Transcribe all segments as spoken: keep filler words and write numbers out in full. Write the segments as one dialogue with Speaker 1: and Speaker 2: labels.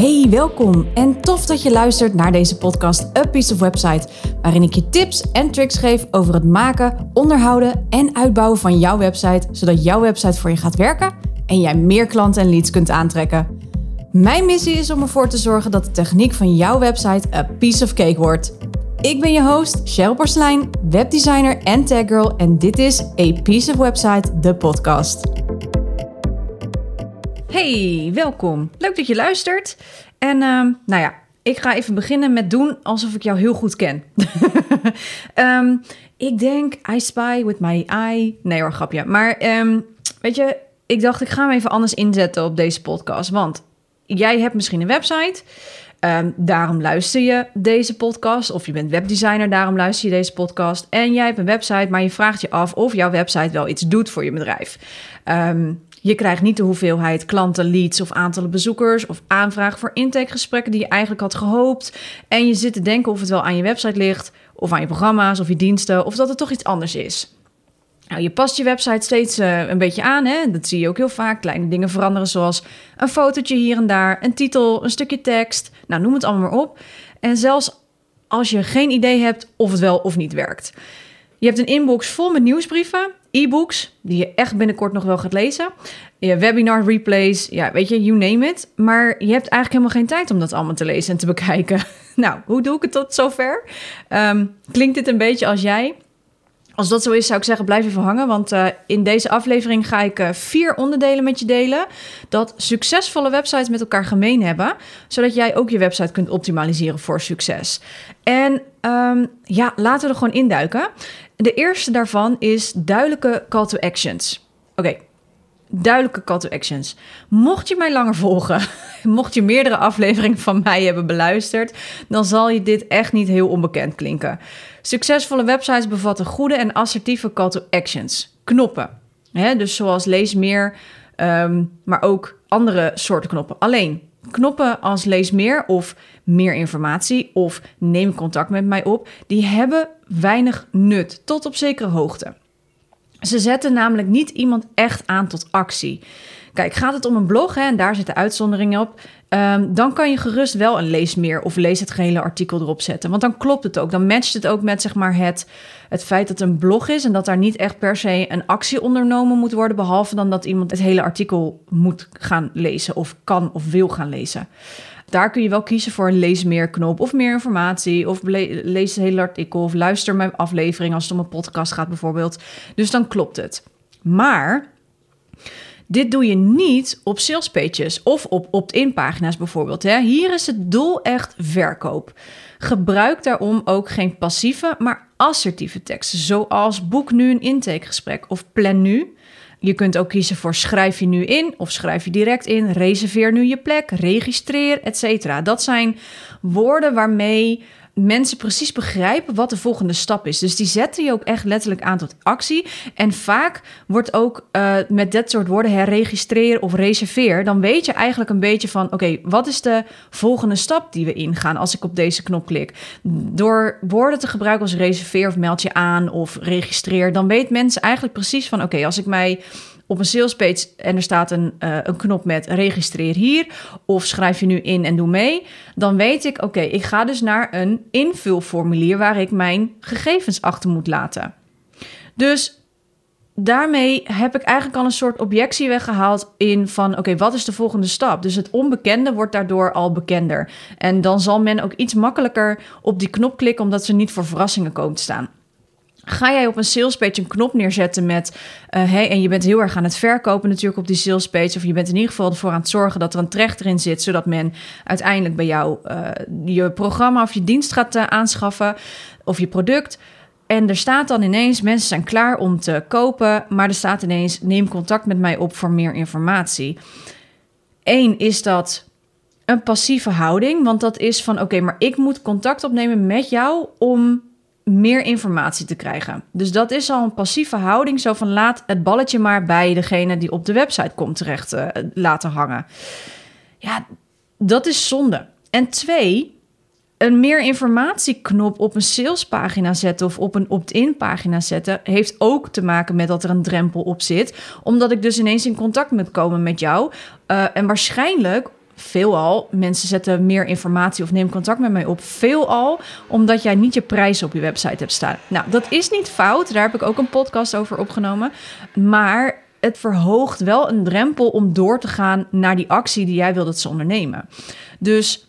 Speaker 1: Hey, welkom en tof dat je luistert naar deze podcast A Piece of Website, waarin ik je tips en tricks geef over het maken, onderhouden en uitbouwen van jouw website, zodat jouw website voor je gaat werken en jij meer klanten en leads kunt aantrekken. Mijn missie is om ervoor te zorgen dat de techniek van jouw website a piece of cake wordt. Ik ben je host, Cheryl Porcelein, webdesigner en taggirl en dit is A Piece of Website, de podcast. Hey, welkom. Leuk dat je luistert. En uh, nou ja, ik ga even beginnen met doen alsof ik jou heel goed ken. um, ik denk, I spy with my eye. Nee hoor, grapje. Maar um, weet je, ik dacht ik ga hem even anders inzetten op deze podcast. Want jij hebt misschien een website. Um, daarom luister je deze podcast. Of je bent webdesigner, daarom luister je deze podcast. En jij hebt een website, maar je vraagt je af of jouw website wel iets doet voor je bedrijf. Um, Je krijgt niet de hoeveelheid klanten, leads of aantallen bezoekers of aanvragen voor intakegesprekken die je eigenlijk had gehoopt. En je zit te denken of het wel aan je website ligt, of aan je programma's of je diensten, of dat het toch iets anders is. Nou, je past je website steeds uh, een beetje aan, hè? Dat zie je ook heel vaak. Kleine dingen veranderen zoals een fotootje hier en daar, een titel, een stukje tekst. Nou, noem het allemaal maar op. En zelfs als je geen idee hebt of het wel of niet werkt. Je hebt een inbox vol met nieuwsbrieven, e-books, die je echt binnenkort nog wel gaat lezen. Je webinar replays, ja, weet je, you name it. Maar je hebt eigenlijk helemaal geen tijd om dat allemaal te lezen en te bekijken. Nou, hoe doe ik het tot zover? Um, klinkt dit een beetje als jij? Als dat zo is, zou ik zeggen, blijf even hangen. Want uh, in deze aflevering ga ik uh, vier onderdelen met je delen dat succesvolle websites met elkaar gemeen hebben, zodat jij ook je website kunt optimaliseren voor succes. En um, ja, laten we er gewoon induiken. De eerste daarvan is duidelijke call to actions. Oké, okay. Duidelijke call to actions. Mocht je mij langer volgen, mocht je meerdere afleveringen van mij hebben beluisterd, dan zal je dit echt niet heel onbekend klinken. Succesvolle websites bevatten goede en assertieve call to actions. Knoppen. Hè, dus zoals lees meer, um, maar ook andere soorten knoppen. Alleen knoppen als lees meer of meer informatie of neem contact met mij op, die hebben weinig nut tot op zekere hoogte. Ze zetten namelijk niet iemand echt aan tot actie. Kijk, gaat het om een blog, hè, en daar zitten uitzonderingen op, um, dan kan je gerust wel een lees meer of lees het gehele artikel erop zetten. Want dan klopt het ook. Dan matcht het ook met zeg maar, het, het feit dat het een blog is en dat daar niet echt per se een actie ondernomen moet worden, behalve dan dat iemand het hele artikel moet gaan lezen of kan of wil gaan lezen. Daar kun je wel kiezen voor een lees meer knop of meer informatie of le- lees het hele artikel of luister mijn aflevering als het om een podcast gaat bijvoorbeeld. Dus dan klopt het. Maar dit doe je niet op salespages of op opt-in pagina's bijvoorbeeld. Hè. Hier is het doel echt verkoop. Gebruik daarom ook geen passieve, maar assertieve teksten, zoals boek nu een intakegesprek of plan nu. Je kunt ook kiezen voor schrijf je nu in of schrijf je direct in, reserveer nu je plek, registreer, et cetera. Dat zijn woorden waarmee mensen precies begrijpen wat de volgende stap is. Dus die zetten je ook echt letterlijk aan tot actie. En vaak wordt ook uh, met dit soort woorden herregistreer of reserveer, dan weet je eigenlijk een beetje van oké, okay, wat is de volgende stap die we ingaan als ik op deze knop klik? Door woorden te gebruiken als reserveer of meld je aan of registreer, dan weet mensen eigenlijk precies van oké, okay, als ik mij op een salespage en er staat een, uh, een knop met registreer hier of schrijf je nu in en doe mee, dan weet ik, oké, okay, ik ga dus naar een invulformulier waar ik mijn gegevens achter moet laten. Dus daarmee heb ik eigenlijk al een soort objectie weggehaald in van, oké, okay, wat is de volgende stap? Dus het onbekende wordt daardoor al bekender. En dan zal men ook iets makkelijker op die knop klikken, omdat ze niet voor verrassingen komen te staan. Ga jij op een salespage een knop neerzetten met uh, hey, en je bent heel erg aan het verkopen natuurlijk op die salespage, of je bent in ieder geval ervoor aan het zorgen dat er een trechter in zit, zodat men uiteindelijk bij jou uh, je programma of je dienst gaat uh, aanschaffen of je product. En er staat dan ineens, mensen zijn klaar om te kopen, maar er staat ineens, neem contact met mij op voor meer informatie. Eén, is dat een passieve houding, want dat is van oké, okay, maar ik moet contact opnemen met jou om meer informatie te krijgen. Dus dat is al een passieve houding, zo van laat het balletje maar bij degene die op de website komt terecht uh, laten hangen. Ja, dat is zonde. En twee, een meer informatieknop op een salespagina zetten of op een opt-in pagina zetten heeft ook te maken met dat er een drempel op zit, omdat ik dus ineens in contact moet komen met jou uh, en waarschijnlijk veelal, mensen zetten meer informatie of neem contact met mij op, veelal omdat jij niet je prijs op je website hebt staan. Nou, dat is niet fout, daar heb ik ook een podcast over opgenomen, maar het verhoogt wel een drempel om door te gaan naar die actie die jij wil dat ze ondernemen. Dus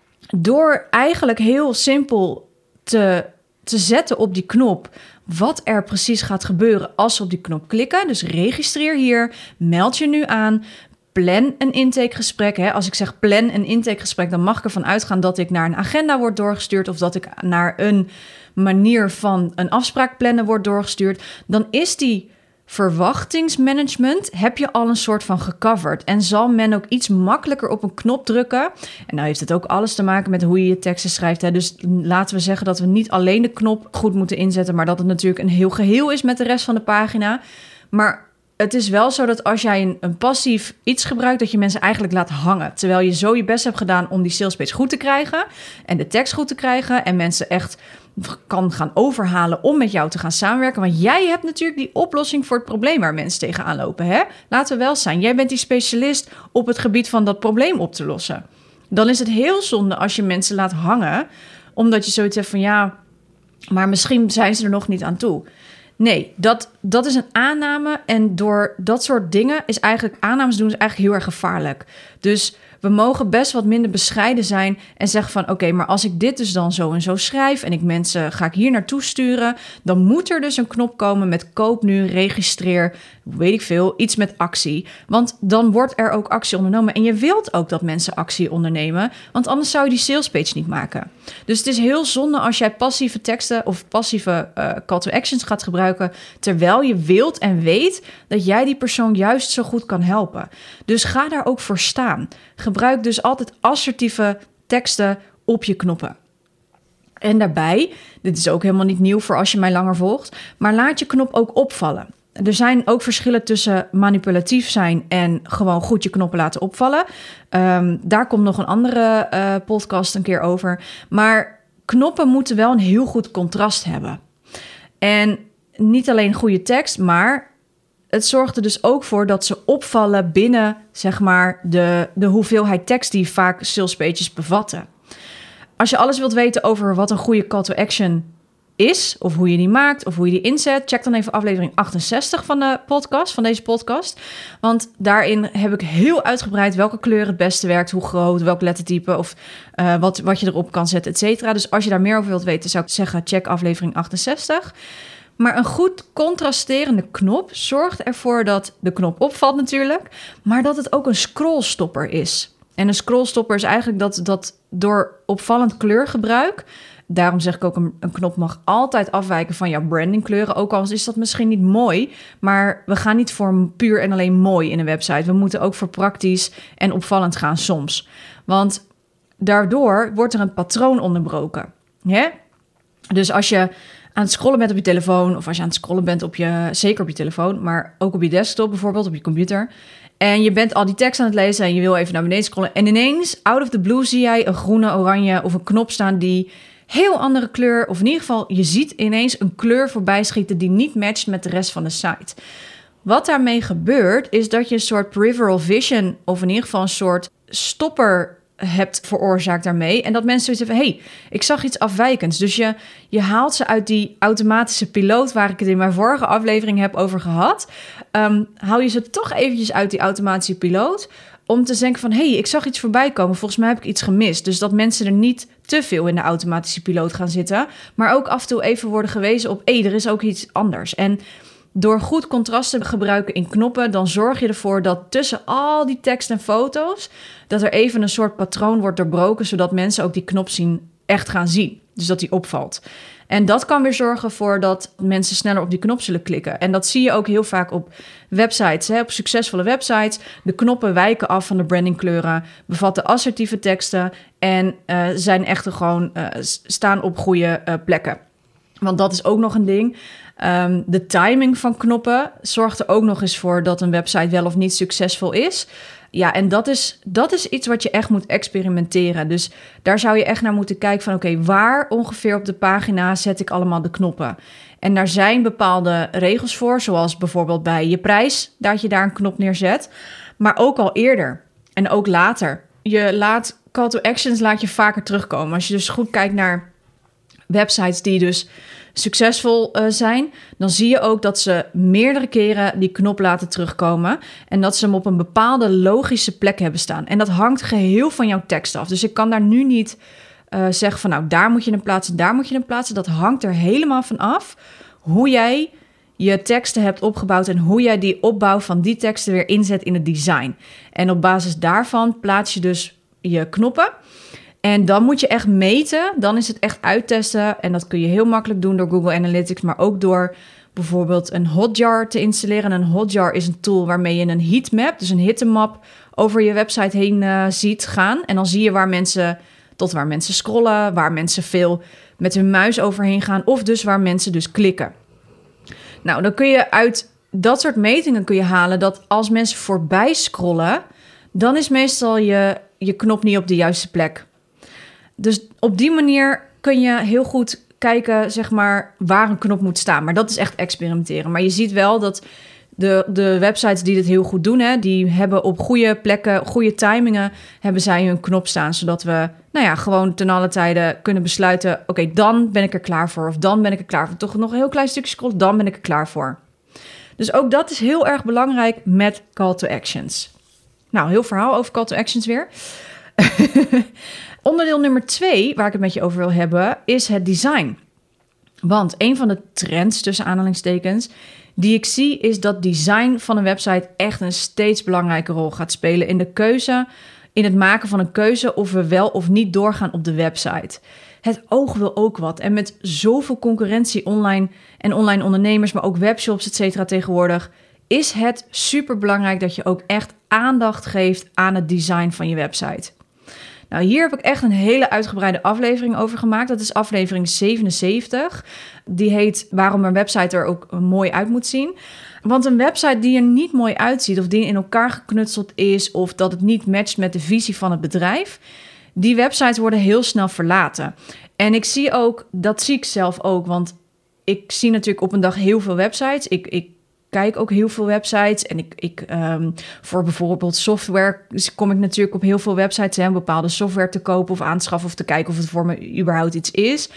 Speaker 1: door eigenlijk heel simpel te, te zetten op die knop wat er precies gaat gebeuren als ze op die knop klikken. Dus registreer hier, meld je nu aan, plan een intakegesprek. Hè. Als ik zeg plan een intakegesprek, dan mag ik ervan uitgaan dat ik naar een agenda word doorgestuurd of dat ik naar een manier van een afspraak plannen word doorgestuurd. Dan is die verwachtingsmanagement heb je al een soort van gecoverd. En zal men ook iets makkelijker op een knop drukken. En nou heeft het ook alles te maken met hoe je je teksten schrijft. Hè. Dus laten we zeggen dat we niet alleen de knop goed moeten inzetten, maar dat het natuurlijk een heel geheel is met de rest van de pagina. Maar het is wel zo dat als jij een, een passief iets gebruikt, dat je mensen eigenlijk laat hangen. Terwijl je zo je best hebt gedaan om die salespage goed te krijgen en de tekst goed te krijgen en mensen echt kan gaan overhalen om met jou te gaan samenwerken. Want jij hebt natuurlijk die oplossing voor het probleem waar mensen tegenaan lopen. Hè? Laten we wel zijn. Jij bent die specialist op het gebied van dat probleem op te lossen. Dan is het heel zonde als je mensen laat hangen, omdat je zoiets hebt van ja, maar misschien zijn ze er nog niet aan toe. Nee, dat, dat is een aanname. En door dat soort dingen is eigenlijk aannames doen is eigenlijk heel erg gevaarlijk. Dus we mogen best wat minder bescheiden zijn en zeggen van oké, okay, maar als ik dit dus dan zo en zo schrijf en ik mensen ga ik hier naartoe sturen, dan moet er dus een knop komen met koop nu, registreer, weet ik veel, iets met actie. Want dan wordt er ook actie ondernomen. En je wilt ook dat mensen actie ondernemen, want anders zou je die salespage niet maken. Dus het is heel zonde als jij passieve teksten of passieve uh, call to actions gaat gebruiken, terwijl je wilt en weet dat jij die persoon juist zo goed kan helpen. Dus ga daar ook voor staan. Gebruik dus altijd assertieve teksten op je knoppen. En daarbij, dit is ook helemaal niet nieuw voor als je mij langer volgt, maar laat je knop ook opvallen. Er zijn ook verschillen tussen manipulatief zijn en gewoon goed je knoppen laten opvallen. Um, daar komt nog een andere uh, podcast een keer over. Maar knoppen moeten wel een heel goed contrast hebben. En niet alleen goede tekst, maar het zorgt er dus ook voor dat ze opvallen binnen, zeg maar, de, de hoeveelheid tekst die vaak salespages bevatten. Als je alles wilt weten over wat een goede call to action is, of hoe je die maakt, of hoe je die inzet, check dan even aflevering achtenzestig van de podcast, van deze podcast. Want daarin heb ik heel uitgebreid welke kleur het beste werkt, hoe groot, welk lettertype, of uh, wat, wat je erop kan zetten, et cetera. Dus als je daar meer over wilt weten, zou ik zeggen, check aflevering achtenzestig. Maar een goed contrasterende knop zorgt ervoor dat de knop opvalt natuurlijk, maar dat het ook een scrollstopper is. En een scrollstopper is eigenlijk dat, dat door opvallend kleurgebruik, daarom zeg ik ook, een, een knop mag altijd afwijken van jouw brandingkleuren, ook al is dat misschien niet mooi, maar we gaan niet voor puur en alleen mooi in een website. We moeten ook voor praktisch en opvallend gaan soms. Want daardoor wordt er een patroon onderbroken. Hè? Dus als je aan het scrollen bent op je telefoon, of als je aan het scrollen bent op je, zeker op je telefoon, maar ook op je desktop bijvoorbeeld, op je computer, en je bent al die tekst aan het lezen en je wil even naar beneden scrollen, en ineens, out of the blue, zie jij een groene, oranje of een knop staan die heel andere kleur, of in ieder geval, je ziet ineens een kleur voorbij schieten die niet matcht met de rest van de site. Wat daarmee gebeurt, is dat je een soort peripheral vision, of in ieder geval een soort stopper hebt veroorzaakt daarmee. En dat mensen zoiets hebben, hé, hey, ik zag iets afwijkends. Dus je, je haalt ze uit die automatische piloot, waar ik het in mijn vorige aflevering heb over gehad. Um, haal je ze toch eventjes uit die automatische piloot, om te denken van, hé, hey, ik zag iets voorbij komen. Volgens mij heb ik iets gemist. Dus dat mensen er niet te veel in de automatische piloot gaan zitten, maar ook af en toe even worden gewezen op, hé, hey, er is ook iets anders. En door goed contrast te gebruiken in knoppen, dan zorg je ervoor dat tussen al die tekst en foto's, dat er even een soort patroon wordt doorbroken, zodat mensen ook die knop zien echt gaan zien. Dus dat die opvalt. En dat kan weer zorgen voor dat mensen sneller op die knop zullen klikken. En dat zie je ook heel vaak op websites, hè, op succesvolle websites. De knoppen wijken af van de brandingkleuren, bevatten assertieve teksten en uh, zijn echt gewoon uh, staan op goede uh, plekken. Want dat is ook nog een ding. Um, de timing van knoppen zorgt er ook nog eens voor dat een website wel of niet succesvol is. Ja, en dat is, dat is iets wat je echt moet experimenteren. Dus daar zou je echt naar moeten kijken van, oké, okay, waar ongeveer op de pagina zet ik allemaal de knoppen? En daar zijn bepaalde regels voor, zoals bijvoorbeeld bij je prijs, dat je daar een knop neerzet. Maar ook al eerder en ook later. je laat call to actions laat je vaker terugkomen. Als je dus goed kijkt naar websites die dus succesvol uh, zijn, dan zie je ook dat ze meerdere keren die knop laten terugkomen en dat ze hem op een bepaalde logische plek hebben staan. En dat hangt geheel van jouw tekst af. Dus ik kan daar nu niet uh, zeggen van nou, daar moet je hem plaatsen, daar moet je hem plaatsen. Dat hangt er helemaal van af hoe jij je teksten hebt opgebouwd en hoe jij die opbouw van die teksten weer inzet in het design. En op basis daarvan plaats je dus je knoppen. En dan moet je echt meten, dan is het echt uittesten. En dat kun je heel makkelijk doen door Google Analytics, maar ook door bijvoorbeeld een Hotjar te installeren. En een Hotjar is een tool waarmee je een heatmap, dus een hittemap, over je website heen uh, ziet gaan. En dan zie je waar mensen, tot waar mensen scrollen, waar mensen veel met hun muis overheen gaan, of dus waar mensen dus klikken. Nou, dan kun je uit dat soort metingen kun je halen dat als mensen voorbij scrollen, dan is meestal je, je knop niet op de juiste plek. Dus op die manier kun je heel goed kijken, zeg maar, waar een knop moet staan. Maar dat is echt experimenteren. Maar je ziet wel dat de, de websites die dit heel goed doen, hè, die hebben op goede plekken, goede timingen, hebben zij hun knop staan. Zodat we, nou ja, gewoon ten alle tijde kunnen besluiten, oké, okay, dan ben ik er klaar voor. Of dan ben ik er klaar voor. Toch nog een heel klein stukje scrollen, dan ben ik er klaar voor. Dus ook dat is heel erg belangrijk met call to actions. Nou, heel verhaal over call to actions weer. Onderdeel nummer twee, waar ik het met je over wil hebben, is het design. Want een van de trends, tussen aanhalingstekens, die ik zie, is dat design van een website echt een steeds belangrijke rol gaat spelen in de keuze, in het maken van een keuze of we wel of niet doorgaan op de website. Het oog wil ook wat. En met zoveel concurrentie online en online ondernemers, maar ook webshops, et cetera, tegenwoordig, is het superbelangrijk dat je ook echt aandacht geeft aan het design van je website. Nou, hier heb ik echt een hele uitgebreide aflevering over gemaakt. Dat is aflevering zevenenzeventig. Die heet waarom een website er ook mooi uit moet zien. Want een website die er niet mooi uitziet, of die in elkaar geknutseld is, of dat het niet matcht met de visie van het bedrijf, die websites worden heel snel verlaten. En ik zie ook, dat zie ik zelf ook, want ik zie natuurlijk op een dag heel veel websites. Ik, ik kijk ook heel veel websites en ik, ik um, voor bijvoorbeeld software kom ik natuurlijk op heel veel websites hè, om bepaalde software te kopen of aanschaffen of te kijken of het voor me überhaupt iets is.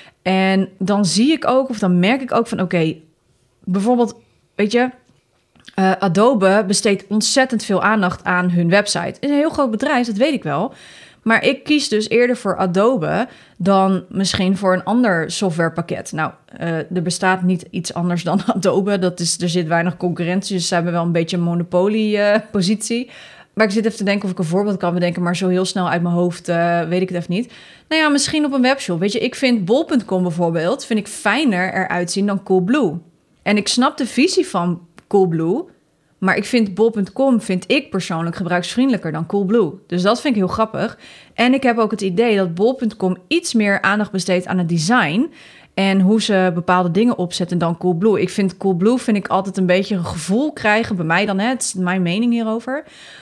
Speaker 1: En dan zie ik ook, of dan merk ik ook van oké, okay, bijvoorbeeld, weet je, uh, Adobe besteedt ontzettend veel aandacht aan hun website. Het is een heel groot bedrijf, dat weet ik wel. Maar ik kies dus eerder voor Adobe dan misschien voor een ander softwarepakket. Nou, uh, er bestaat niet iets anders dan Adobe. Dat is, er zit weinig concurrentie, dus ze hebben wel een beetje een monopolie-positie. Uh, maar ik zit even te denken of ik een voorbeeld kan bedenken, maar zo heel snel uit mijn hoofd uh, weet ik het even niet. Nou ja, misschien op een webshop. Weet je, ik vind bol punt com bijvoorbeeld, vind ik fijner eruit zien dan Coolblue. En ik snap de visie van Coolblue, maar ik vind bol punt com vind ik persoonlijk gebruiksvriendelijker dan Coolblue. Dus dat vind ik heel grappig. En ik heb ook het idee dat bol punt com iets meer aandacht besteedt aan het design en hoe ze bepaalde dingen opzetten dan Coolblue. Ik vind Coolblue vind ik altijd een beetje een gevoel krijgen, bij mij dan, hè, het is mijn mening hierover,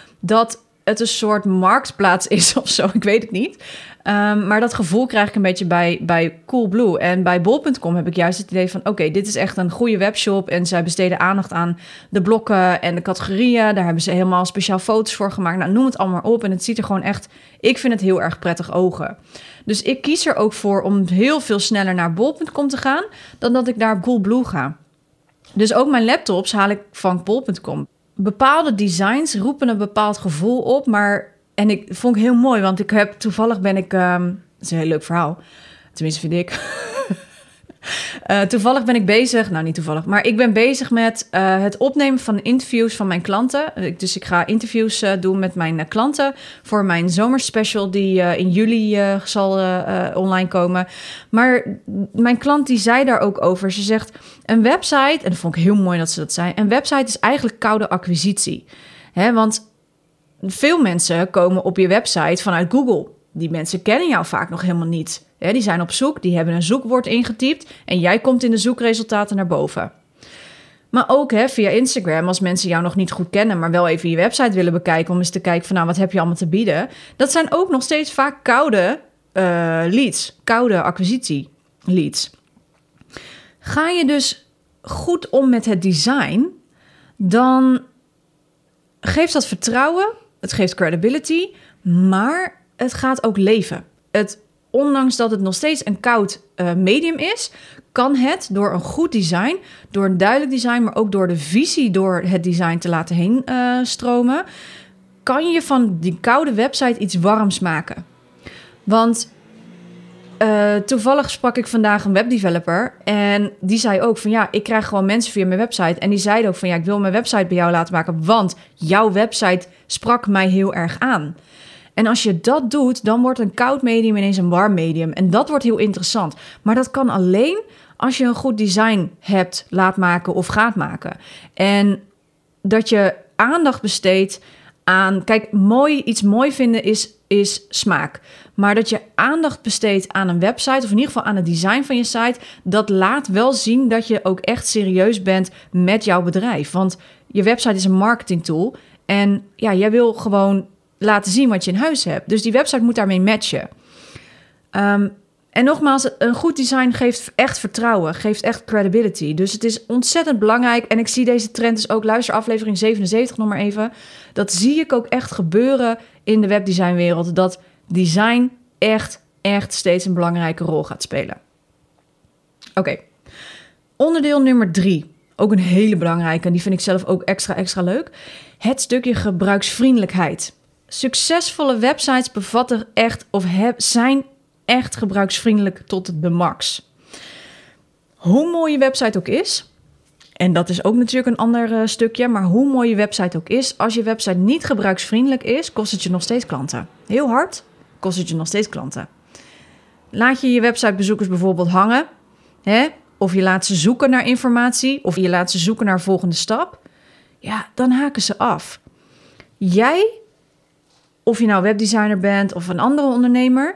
Speaker 1: dat het een soort marktplaats is of zo, ik weet het niet. Um, maar dat gevoel krijg ik een beetje bij, bij Coolblue. En bij bol punt com heb ik juist het idee van, oké, okay, dit is echt een goede webshop en zij besteden aandacht aan de blokken en de categorieën. Daar hebben ze helemaal speciaal foto's voor gemaakt. Nou, noem het allemaal op en het ziet er gewoon echt, ik vind het heel erg prettig ogen. Dus ik kies er ook voor om heel veel sneller naar bol punt com te gaan dan dat ik naar Coolblue ga. Dus ook mijn laptops haal ik van bol punt com. Bepaalde designs roepen een bepaald gevoel op, maar en ik vond ik heel mooi, want ik heb toevallig ben ik, um, het is een heel leuk verhaal, tenminste vind ik. uh, toevallig ben ik bezig, nou niet toevallig, maar ik ben bezig met uh, het opnemen van interviews van mijn klanten. Dus ik ga interviews uh, doen met mijn uh, klanten voor mijn zomerspecial die uh, in juli uh, zal uh, uh, online komen. Maar mijn klant die zei daar ook over. Ze zegt, een website, en dat vond ik heel mooi dat ze dat zei, een website is eigenlijk koude acquisitie. Hè, want veel mensen komen op je website vanuit Google. Die mensen kennen jou vaak nog helemaal niet. Hè, die zijn op zoek, die hebben een zoekwoord ingetypt en jij komt in de zoekresultaten naar boven. Maar ook hè, via Instagram, als mensen jou nog niet goed kennen, maar wel even je website willen bekijken om eens te kijken van nou, wat heb je allemaal te bieden. Dat zijn ook nog steeds vaak koude uh, leads, koude acquisitie leads. Ga je dus goed om met het design, dan geeft dat vertrouwen, het geeft credibility, Maar het gaat ook leven. Het, ondanks dat het nog steeds een koud uh, medium is, kan het door een goed design, door een duidelijk design, maar ook door de visie door het design te laten heen uh, stromen, kan je van die koude website iets warms maken. Want uh, toevallig sprak ik vandaag een webdeveloper en die zei ook van ja, ik krijg gewoon mensen via mijn website. En die zeiden ook van ja, ik wil mijn website bij jou laten maken, want jouw website sprak mij heel erg aan. En als je dat doet, dan wordt een koud medium ineens een warm medium. En dat wordt heel interessant. Maar dat kan alleen als je een goed design hebt, laat maken of gaat maken. En dat je aandacht besteedt aan... Kijk, mooi, iets mooi vinden is, is smaak. Maar dat je aandacht besteedt aan een website, of in ieder geval aan het design van je site, dat laat wel zien dat je ook echt serieus bent met jouw bedrijf. Want je website is een marketingtool. En ja, jij wil gewoon laten zien wat je in huis hebt. Dus die website moet daarmee matchen. Um, en nogmaals, een goed design geeft echt vertrouwen, geeft echt credibility. Dus het is ontzettend belangrijk. En ik zie deze trend dus ook, luister aflevering zevenenzeventig nog maar even. Dat zie ik ook echt gebeuren in de webdesignwereld. Dat design echt, echt steeds een belangrijke rol gaat spelen. Oké, okay. Onderdeel nummer drie. Ook een hele belangrijke, en die vind ik zelf ook extra, extra leuk. Het stukje gebruiksvriendelijkheid. Succesvolle websites bevatten echt of heb, zijn echt gebruiksvriendelijk tot de max. Hoe mooi je website ook is, en dat is ook natuurlijk een ander uh, stukje, maar hoe mooi je website ook is, als je website niet gebruiksvriendelijk is, kost het je nog steeds klanten. Heel hard kost het je nog steeds klanten. Laat je je websitebezoekers bijvoorbeeld hangen, hè? Of je laat ze zoeken naar informatie, of je laat ze zoeken naar volgende stap, ja, dan haken ze af. Jij, of je nou webdesigner bent of een andere ondernemer,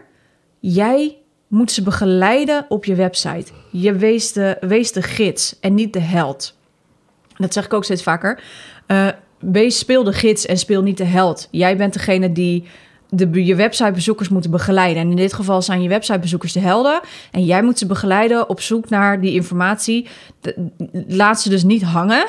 Speaker 1: jij moet ze begeleiden op je website. Je wees de, wees de gids en niet de held. Dat zeg ik ook steeds vaker. Uh, wees, speel de gids en speel niet de held. Jij bent degene die de, je websitebezoekers moeten begeleiden. En in dit geval zijn je websitebezoekers de helden. En jij moet ze begeleiden op zoek naar die informatie. De, laat ze dus niet hangen.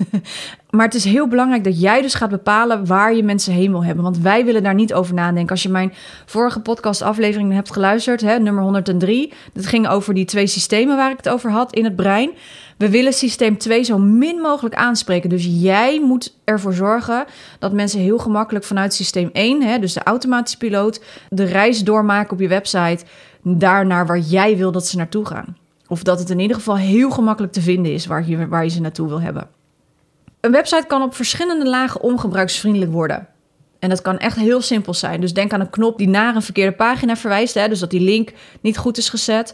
Speaker 1: Maar het is heel belangrijk dat jij dus gaat bepalen waar je mensen heen wil hebben. Want wij willen daar niet over nadenken. Als je mijn vorige podcastaflevering hebt geluisterd, hè, nummer honderddrie. Dat ging over die twee systemen waar ik het over had in het brein. We willen systeem twee zo min mogelijk aanspreken. Dus jij moet ervoor zorgen dat mensen heel gemakkelijk vanuit systeem één, hè, dus de automatische piloot, de reis doormaken op je website, daarnaar waar jij wil dat ze naartoe gaan. Of dat het in ieder geval heel gemakkelijk te vinden is waar je, waar je ze naartoe wil hebben. Een website kan op verschillende lagen ongebruiksvriendelijk worden. En dat kan echt heel simpel zijn. Dus denk aan een knop die naar een verkeerde pagina verwijst, hè, dus dat die link niet goed is gezet.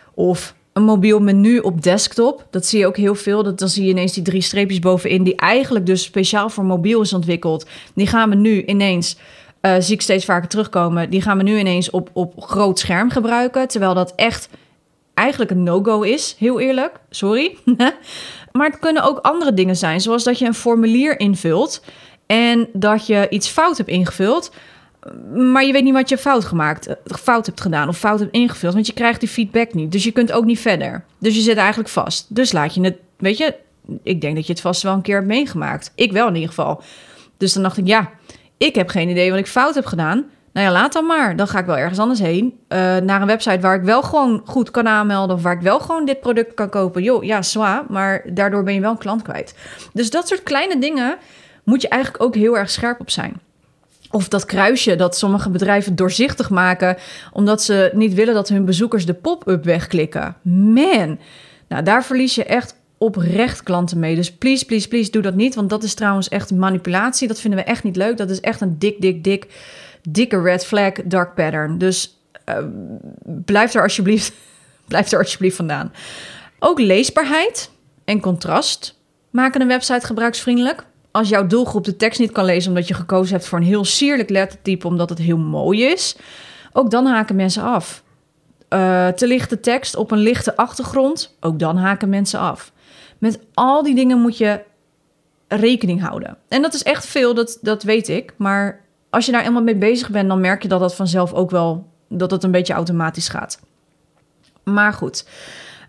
Speaker 1: Of een mobiel menu op desktop. Dat zie je ook heel veel. Dat, dan zie je ineens die drie streepjes bovenin, die eigenlijk dus speciaal voor mobiel is ontwikkeld. Die gaan we nu ineens, uh, zie ik steeds vaker terugkomen, die gaan we nu ineens op, op groot scherm gebruiken. Terwijl dat echt eigenlijk een no-go is, heel eerlijk. Sorry. Maar het kunnen ook andere dingen zijn, zoals dat je een formulier invult en dat je iets fout hebt ingevuld, maar je weet niet wat je fout gemaakt, fout hebt gedaan of fout hebt ingevuld, want je krijgt die feedback niet. Dus je kunt ook niet verder. Dus je zit eigenlijk vast. Dus laat je het, weet je, ik denk dat je het vast wel een keer hebt meegemaakt. Ik wel in ieder geval. Dus dan dacht ik, ja, ik heb geen idee wat ik fout heb gedaan. Nou ja, laat dan maar. Dan ga ik wel ergens anders heen. Uh, naar een website waar ik wel gewoon goed kan aanmelden, of waar ik wel gewoon dit product kan kopen. Joh, ja, zwaar, maar daardoor ben je wel een klant kwijt. Dus dat soort kleine dingen moet je eigenlijk ook heel erg scherp op zijn. Of dat kruisje dat sommige bedrijven doorzichtig maken, omdat ze niet willen dat hun bezoekers de pop-up wegklikken. Man, nou daar verlies je echt oprecht klanten mee. Dus please, please, please, doe dat niet. Want dat is trouwens echt manipulatie. Dat vinden we echt niet leuk. Dat is echt een dik, dik, dik, dikke red flag, dark pattern. Dus uh, blijf er alsjeblieft, blijf er alsjeblieft vandaan. Ook leesbaarheid en contrast maken een website gebruiksvriendelijk. Als jouw doelgroep de tekst niet kan lezen omdat je gekozen hebt voor een heel sierlijk lettertype, omdat het heel mooi is, ook dan haken mensen af. Uh, te lichte tekst op een lichte achtergrond, ook dan haken mensen af. Met al die dingen moet je rekening houden. En dat is echt veel, dat, dat weet ik. Maar als je daar eenmaal mee bezig bent, dan merk je dat dat vanzelf ook wel, dat het een beetje automatisch gaat. Maar goed.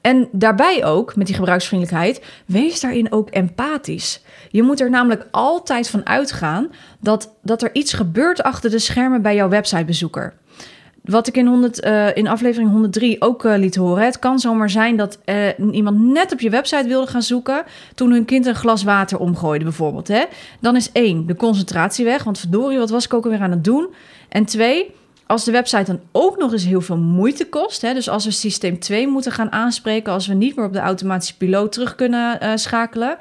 Speaker 1: En daarbij ook, met die gebruiksvriendelijkheid, wees daarin ook empathisch. Je moet er namelijk altijd van uitgaan dat, dat er iets gebeurt achter de schermen bij jouw websitebezoeker. Wat ik in, honderd, uh, in aflevering honderddrie ook uh, liet horen. Het kan zomaar zijn dat uh, iemand net op je website wilde gaan zoeken toen hun kind een glas water omgooide bijvoorbeeld. Hè? Dan is één, de concentratie weg. Want verdorie, wat was ik ook alweer aan het doen? En twee, als de website dan ook nog eens heel veel moeite kost. Hè? Dus als we systeem twee moeten gaan aanspreken, als we niet meer op de automatische piloot terug kunnen uh, schakelen,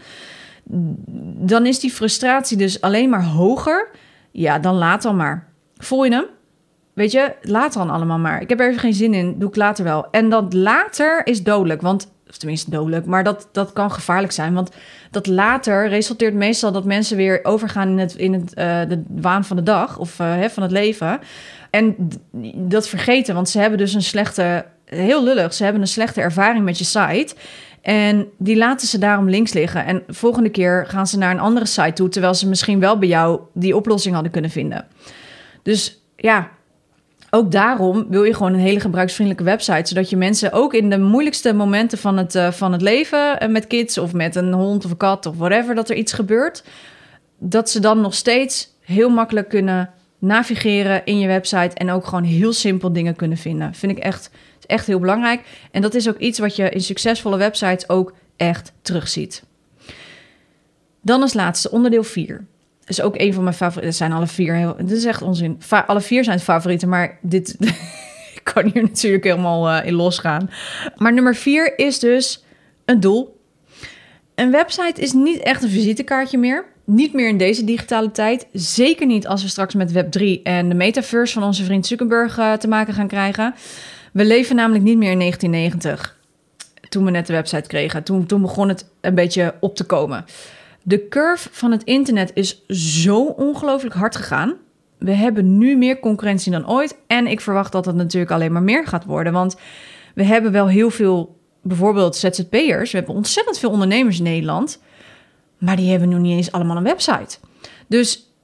Speaker 1: dan is die frustratie dus alleen maar hoger. Ja, dan laat dan maar. Voel je hem? Weet je, later dan allemaal maar. Ik heb er even geen zin in, doe ik later wel. En dat later is dodelijk, want, of tenminste dodelijk, maar dat, dat kan gevaarlijk zijn. Want dat later resulteert meestal dat mensen weer overgaan in, het, in het, uh, de waan van de dag of uh, hè, van het leven. En dat vergeten, want ze hebben dus een slechte, heel lullig, ze hebben een slechte ervaring met je site. En die laten ze daarom links liggen. En de volgende keer gaan ze naar een andere site toe, terwijl ze misschien wel bij jou die oplossing hadden kunnen vinden. Dus ja, ook daarom wil je gewoon een hele gebruiksvriendelijke website, zodat je mensen ook in de moeilijkste momenten van het, uh, van het leven, uh, met kids of met een hond of een kat of whatever, dat er iets gebeurt, dat ze dan nog steeds heel makkelijk kunnen navigeren in je website en ook gewoon heel simpel dingen kunnen vinden. Vind ik echt, echt heel belangrijk. En dat is ook iets wat je in succesvolle websites ook echt terugziet. Dan als laatste, onderdeel vier. Is ook een van mijn favorieten. Het zijn alle vier heel... Dit is echt onzin. Va- alle vier zijn favorieten, maar dit... ik kan hier natuurlijk helemaal uh, in losgaan. Maar nummer vier is dus een doel. Een website is niet echt een visitekaartje meer. Niet meer in deze digitale tijd. Zeker niet als we straks met web drie en de metaverse van onze vriend Zuckerberg uh, te maken gaan krijgen. We leven namelijk niet meer in negentien negentig. Toen we net de website kregen. Toen, toen begon het een beetje op te komen. De curve van het internet is zo ongelooflijk hard gegaan. We hebben nu meer concurrentie dan ooit. En ik verwacht dat het natuurlijk alleen maar meer gaat worden. Want we hebben wel heel veel, bijvoorbeeld Z Z P'ers. We hebben ontzettend veel ondernemers in Nederland. Maar die hebben nog niet eens allemaal een website. Dus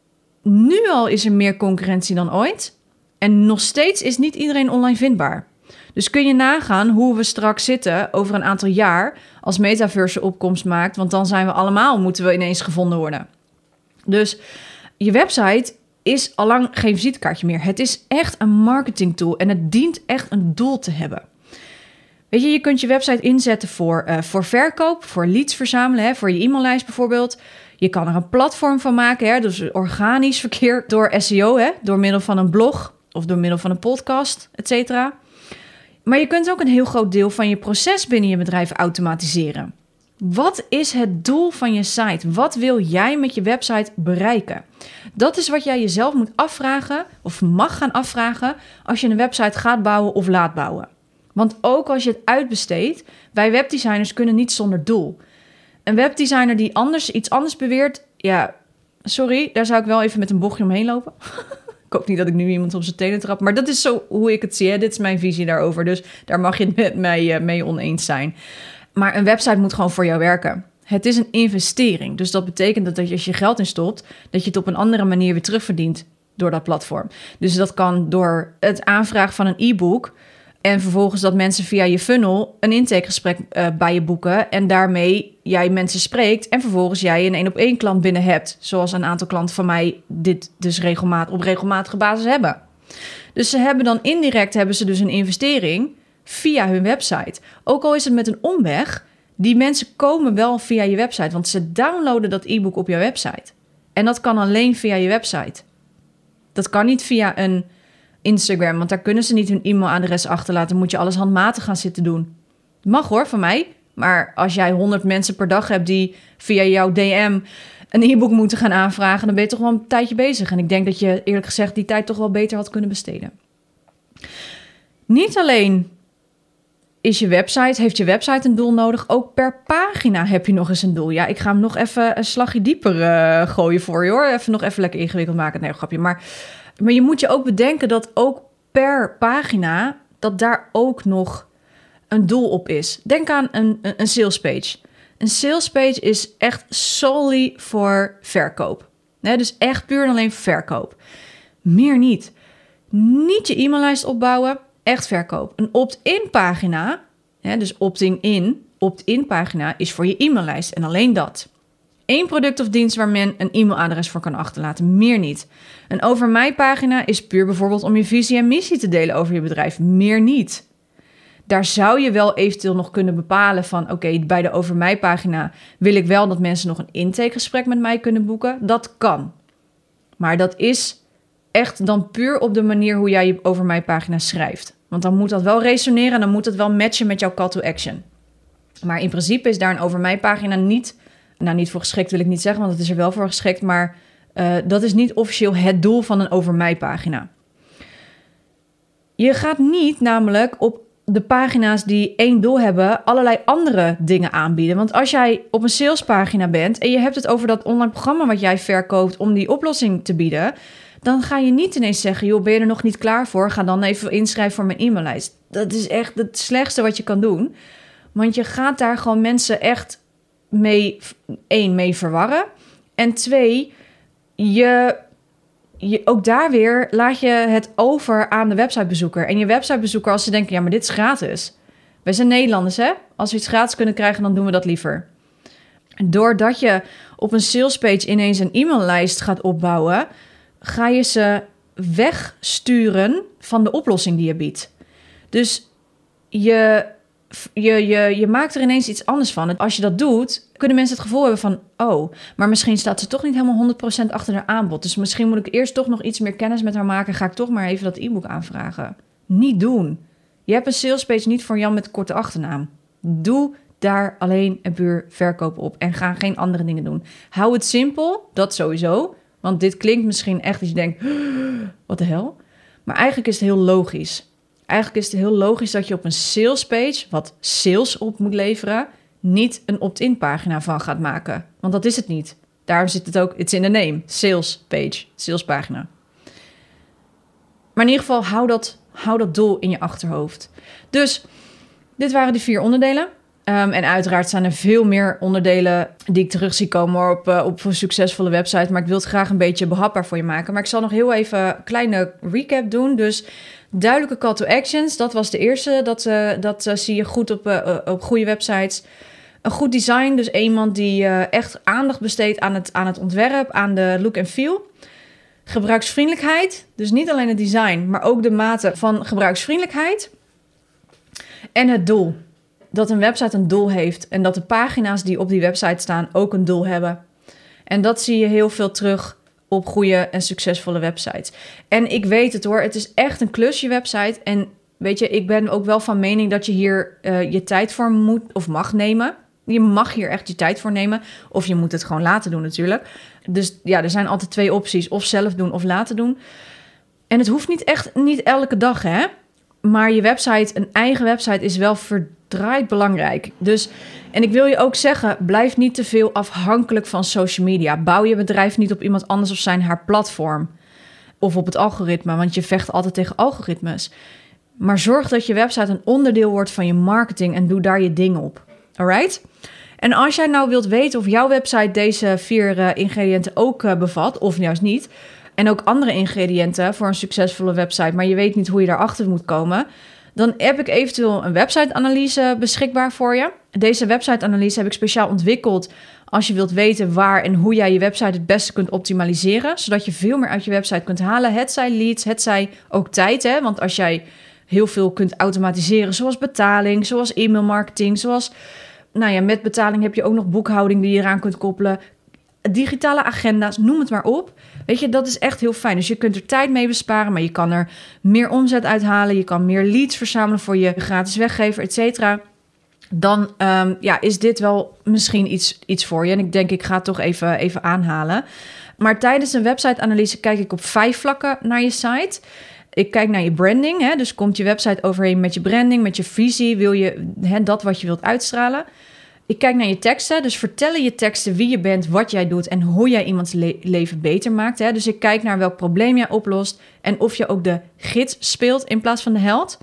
Speaker 1: nu al is er meer concurrentie dan ooit. En nog steeds is niet iedereen online vindbaar. Dus kun je nagaan hoe we straks zitten over een aantal jaar als metaverse opkomst maakt. Want dan zijn we allemaal, moeten we ineens gevonden worden. Dus je website is allang geen visitekaartje meer. Het is echt een marketingtool en het dient echt een doel te hebben. Weet je, je kunt je website inzetten voor, uh, voor verkoop, voor leads verzamelen, hè, voor je e-maillijst bijvoorbeeld. Je kan er een platform van maken, hè, dus organisch verkeer door S E O, hè, door middel van een blog of door middel van een podcast, et cetera. Maar je kunt ook een heel groot deel van je proces binnen je bedrijf automatiseren. Wat is het doel van je site? Wat wil jij met je website bereiken? Dat is wat jij jezelf moet afvragen of mag gaan afvragen als je een website gaat bouwen of laat bouwen. Want ook als je het uitbesteedt, wij webdesigners kunnen niet zonder doel. Een webdesigner die anders iets anders beweert, ja, sorry, daar zou ik wel even met een bochtje omheen lopen. Ik hoop niet dat ik nu iemand op zijn tenen trap, maar dat is zo hoe ik het zie. Hè? Dit is mijn visie daarover, dus daar mag je het met mij uh, mee oneens zijn. Maar een website moet gewoon voor jou werken. Het is een investering, dus dat betekent dat als je geld in stopt, dat je het op een andere manier weer terugverdient door dat platform. Dus dat kan door het aanvragen van een e-book en vervolgens dat mensen via je funnel een intakegesprek uh, bij je boeken en daarmee jij mensen spreekt en vervolgens jij een één-op-één klant binnen hebt. Zoals een aantal klanten van mij dit dus regelmatig, op regelmatige basis hebben. Dus ze hebben dan indirect hebben ze dus een investering via hun website. Ook al is het met een omweg, die mensen komen wel via je website, want ze downloaden dat e-book op jouw website. En dat kan alleen via je website. Dat kan niet via een Instagram, want daar kunnen ze niet hun e-mailadres achterlaten. Moet je alles handmatig gaan zitten doen. Mag hoor, van mij. Maar als jij honderd mensen per dag hebt die via jouw D M een e-book moeten gaan aanvragen, dan ben je toch wel een tijdje bezig. En ik denk dat je eerlijk gezegd die tijd toch wel beter had kunnen besteden. Niet alleen is je website, heeft je website een doel nodig, ook per pagina heb je nog eens een doel. Ja, ik ga hem nog even een slagje dieper uh, gooien voor je hoor. Even nog even lekker ingewikkeld maken. Nee, grapje. Maar, maar je moet je ook bedenken dat ook per pagina, dat daar ook nog een doel op is. Denk aan een, een, een sales page. Een sales page is echt solely voor verkoop. Nee, dus echt puur en alleen verkoop. Meer niet. Niet je e-maillijst opbouwen, echt verkoop. Een opt-in pagina Hè, dus opt-in in, opt-in pagina is voor je e-maillijst en alleen dat. Eén product of dienst waar men een e-mailadres voor kan achterlaten, meer niet. Een over mij pagina is puur bijvoorbeeld om je visie en missie te delen over je bedrijf, meer niet. Daar zou je wel eventueel nog kunnen bepalen van... oké, okay, bij de over mij pagina wil ik wel dat mensen nog een intakegesprek met mij kunnen boeken. Dat kan. Maar dat is echt dan puur op de manier hoe jij je over mij pagina schrijft. Want dan moet dat wel resoneren en dan moet het wel matchen met jouw call to action. Maar in principe is daar een over mij pagina niet... nou, niet voor geschikt wil ik niet zeggen, want het is er wel voor geschikt... maar uh, dat is niet officieel het doel van een over mij pagina. Je gaat niet namelijk op de pagina's die één doel hebben allerlei andere dingen aanbieden. Want als jij op een salespagina bent en je hebt het over dat online programma wat jij verkoopt om die oplossing te bieden, dan ga je niet ineens zeggen, joh, ben je er nog niet klaar voor? Ga dan even inschrijven voor mijn e-maillijst. Dat is echt het slechtste wat je kan doen. Want je gaat daar gewoon mensen echt mee, één, mee verwarren. En twee, je... Je, ook daar weer laat je het over aan de websitebezoeker. En je websitebezoeker, als ze denken, ja, maar dit is gratis. Wij zijn Nederlanders, hè? Als we iets gratis kunnen krijgen, dan doen we dat liever. Doordat je op een salespage ineens een e-maillijst gaat opbouwen, ga je ze wegsturen van de oplossing die je biedt. Dus je, je, je, je maakt er ineens iets anders van. Als je dat doet, kunnen mensen het gevoel hebben van, oh, maar misschien staat ze toch niet helemaal honderd procent achter haar aanbod. Dus misschien moet ik eerst toch nog iets meer kennis met haar maken. Ga ik toch maar even dat e-book aanvragen. Niet doen. Je hebt een salespage niet voor Jan met een korte achternaam. Doe daar alleen en puur verkoop op en ga geen andere dingen doen. Hou het simpel, dat sowieso. Want dit klinkt misschien echt dat je denkt, wat de hel? Maar eigenlijk is het heel logisch. Eigenlijk is het heel logisch dat je op een salespage, wat sales op moet leveren, niet een opt-in pagina van gaat maken. Want dat is het niet. Daarom zit het ook, it's in the name, sales page, salespagina. Maar in ieder geval, hou dat, hou dat doel in je achterhoofd. Dus, dit waren de vier onderdelen. Um, en uiteraard zijn er veel meer onderdelen die ik terug zie komen op, uh, op een succesvolle website. Maar ik wil het graag een beetje behapbaar voor je maken. Maar ik zal nog heel even een kleine recap doen. Dus duidelijke call to actions, dat was de eerste. Dat, uh, dat uh, zie je goed op, uh, op goede websites. Een goed design, dus iemand die uh, echt aandacht besteedt aan het, aan het ontwerp, aan de look en feel. Gebruiksvriendelijkheid, dus niet alleen het design, maar ook de mate van gebruiksvriendelijkheid. En het doel. Dat een website een doel heeft en dat de pagina's die op die website staan ook een doel hebben. En dat zie je heel veel terug op goede en succesvolle websites. En ik weet het hoor, het is echt een klus, je website. En weet je, ik ben ook wel van mening dat je hier uh, je tijd voor moet of mag nemen. Je mag hier echt je tijd voor nemen. Of je moet het gewoon laten doen natuurlijk. Dus ja, er zijn altijd twee opties. Of zelf doen of laten doen. En het hoeft niet echt, niet elke dag hè. Maar je website, een eigen website is wel verdraaid belangrijk. Dus, en ik wil je ook zeggen, blijf niet te veel afhankelijk van social media. Bouw je bedrijf niet op iemand anders of zijn haar platform. Of op het algoritme, want je vecht altijd tegen algoritmes. Maar zorg dat je website een onderdeel wordt van je marketing en doe daar je ding op. Alright? En als jij nou wilt weten of jouw website deze vier uh, ingrediënten ook uh, bevat, of juist niet, en ook andere ingrediënten voor een succesvolle website, maar je weet niet hoe je daarachter moet komen, dan heb ik eventueel een website-analyse beschikbaar voor je. Deze website-analyse heb ik speciaal ontwikkeld als je wilt weten waar en hoe jij je website het beste kunt optimaliseren, zodat je veel meer uit je website kunt halen. Het zij leads, het zij ook tijd, hè? Want als jij heel veel kunt automatiseren, zoals betaling, zoals e-mailmarketing, zoals, nou ja, met betaling heb je ook nog boekhouding die je eraan kunt koppelen, digitale agenda's, noem het maar op. Weet je, dat is echt heel fijn. Dus je kunt er tijd mee besparen, maar je kan er meer omzet uithalen. Je kan meer leads verzamelen voor je gratis weggever, et cetera. Dan um, ja, is dit wel misschien iets, iets voor je. En ik denk, ik ga het toch even, even aanhalen. Maar tijdens een website-analyse kijk ik op vijf vlakken naar je site. Ik kijk naar je branding. Hè? Dus komt je website overeen met je branding, met je visie? Wil je hè, dat wat je wilt uitstralen? Ik kijk naar je teksten, dus vertellen je teksten wie je bent, wat jij doet en hoe jij iemands le- leven beter maakt. Hè? Dus ik kijk naar welk probleem jij oplost en of je ook de gids speelt in plaats van de held.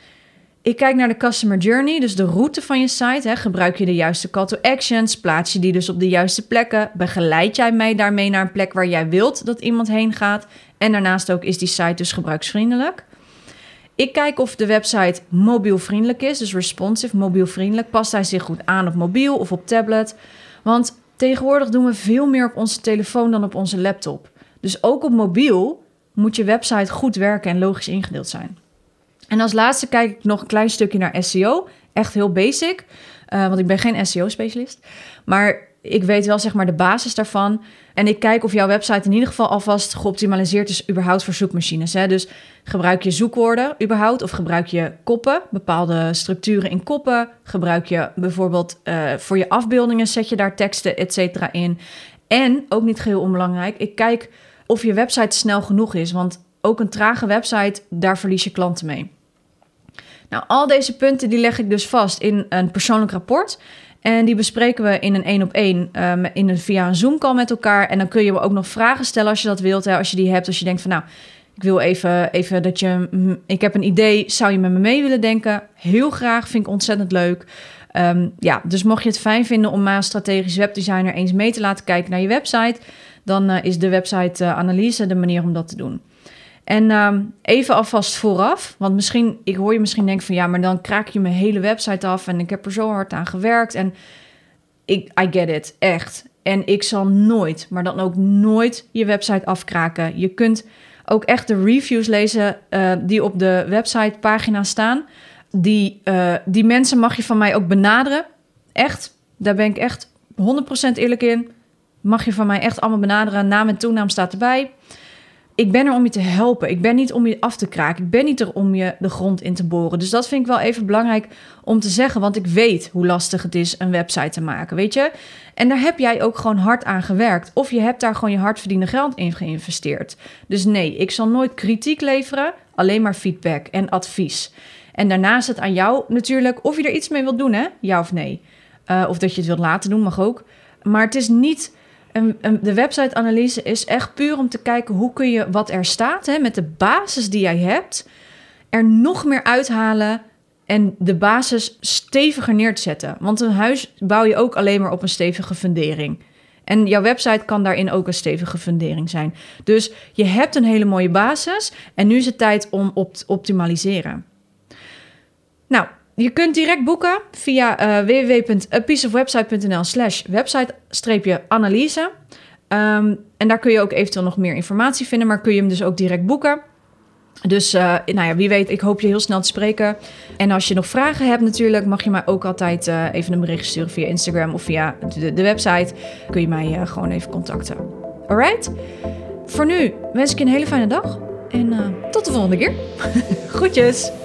Speaker 1: Ik kijk naar de customer journey, dus de route van je site. Hè? Gebruik je de juiste call to actions? Plaats je die dus op de juiste plekken? Begeleid jij mij daarmee naar een plek waar jij wilt dat iemand heen gaat? En daarnaast ook is die site dus gebruiksvriendelijk. Ik kijk of de website mobielvriendelijk is, dus responsive, mobielvriendelijk. Past hij zich goed aan op mobiel of op tablet? Want tegenwoordig doen we veel meer op onze telefoon dan op onze laptop. Dus ook op mobiel moet je website goed werken en logisch ingedeeld zijn. En als laatste kijk ik nog een klein stukje naar S E O. Echt heel basic, uh, want ik ben geen S E O-specialist. Maar ik weet wel zeg maar de basis daarvan. En ik kijk of jouw website in ieder geval alvast geoptimaliseerd is überhaupt voor zoekmachines. Hè? Dus gebruik je zoekwoorden überhaupt of gebruik je koppen, bepaalde structuren in koppen. Gebruik je bijvoorbeeld uh, voor je afbeeldingen, zet je daar teksten, et cetera in. En, ook niet geheel onbelangrijk, ik kijk of je website snel genoeg is. Want ook een trage website, daar verlies je klanten mee. Nou, al deze punten die leg ik dus vast in een persoonlijk rapport. En die bespreken we in een één op één um, in een, via een Zoom-call met elkaar. En dan kun je ook nog vragen stellen als je dat wilt. Hè, als je die hebt, als je denkt van nou, ik wil even, even dat je... Ik heb een idee, zou je met me mee willen denken? Heel graag, vind ik ontzettend leuk. Um, ja, dus mocht je het fijn vinden om maar een strategisch webdesigner eens mee te laten kijken naar je website, dan uh, is de website-analyse de manier om dat te doen. En um, even alvast vooraf, want misschien, ik hoor je misschien denken van ja, maar dan kraak je mijn hele website af en ik heb er zo hard aan gewerkt en ik, I get it, echt. En ik zal nooit, maar dan ook nooit je website afkraken. Je kunt ook echt de reviews lezen uh, die op de websitepagina staan. Die, uh, die mensen mag je van mij ook benaderen. Echt, daar ben ik echt honderd procent eerlijk in. Mag je van mij echt allemaal benaderen. Naam en toenaam staat erbij. Ik ben er om je te helpen. Ik ben niet om je af te kraken. Ik ben niet er om je de grond in te boren. Dus dat vind ik wel even belangrijk om te zeggen. Want ik weet hoe lastig het is een website te maken, weet je? En daar heb jij ook gewoon hard aan gewerkt. Of je hebt daar gewoon je hardverdiende geld in geïnvesteerd. Dus nee, ik zal nooit kritiek leveren. Alleen maar feedback en advies. En daarnaast is het aan jou natuurlijk of je er iets mee wilt doen, hè? Ja of nee. Uh, of dat je het wilt laten doen, mag ook. Maar het is niet... Een, een, de website-analyse is echt puur om te kijken hoe kun je wat er staat, hè, met de basis die jij hebt, er nog meer uithalen en de basis steviger neer te zetten. Want een huis bouw je ook alleen maar op een stevige fundering. En jouw website kan daarin ook een stevige fundering zijn. Dus je hebt een hele mooie basis en nu is het tijd om op te optimaliseren. Nou, je kunt direct boeken via uh, w w w punt a piece of website punt n l slash website-analyse. Um, en daar kun je ook eventueel nog meer informatie vinden, maar kun je hem dus ook direct boeken. Dus uh, nou ja, wie weet, ik hoop je heel snel te spreken. En als je nog vragen hebt natuurlijk, mag je mij ook altijd uh, even een bericht sturen via Instagram of via de, de website. Kun je mij uh, gewoon even contacten. Alright? Voor nu wens ik je een hele fijne dag en uh, tot de volgende keer. Groetjes!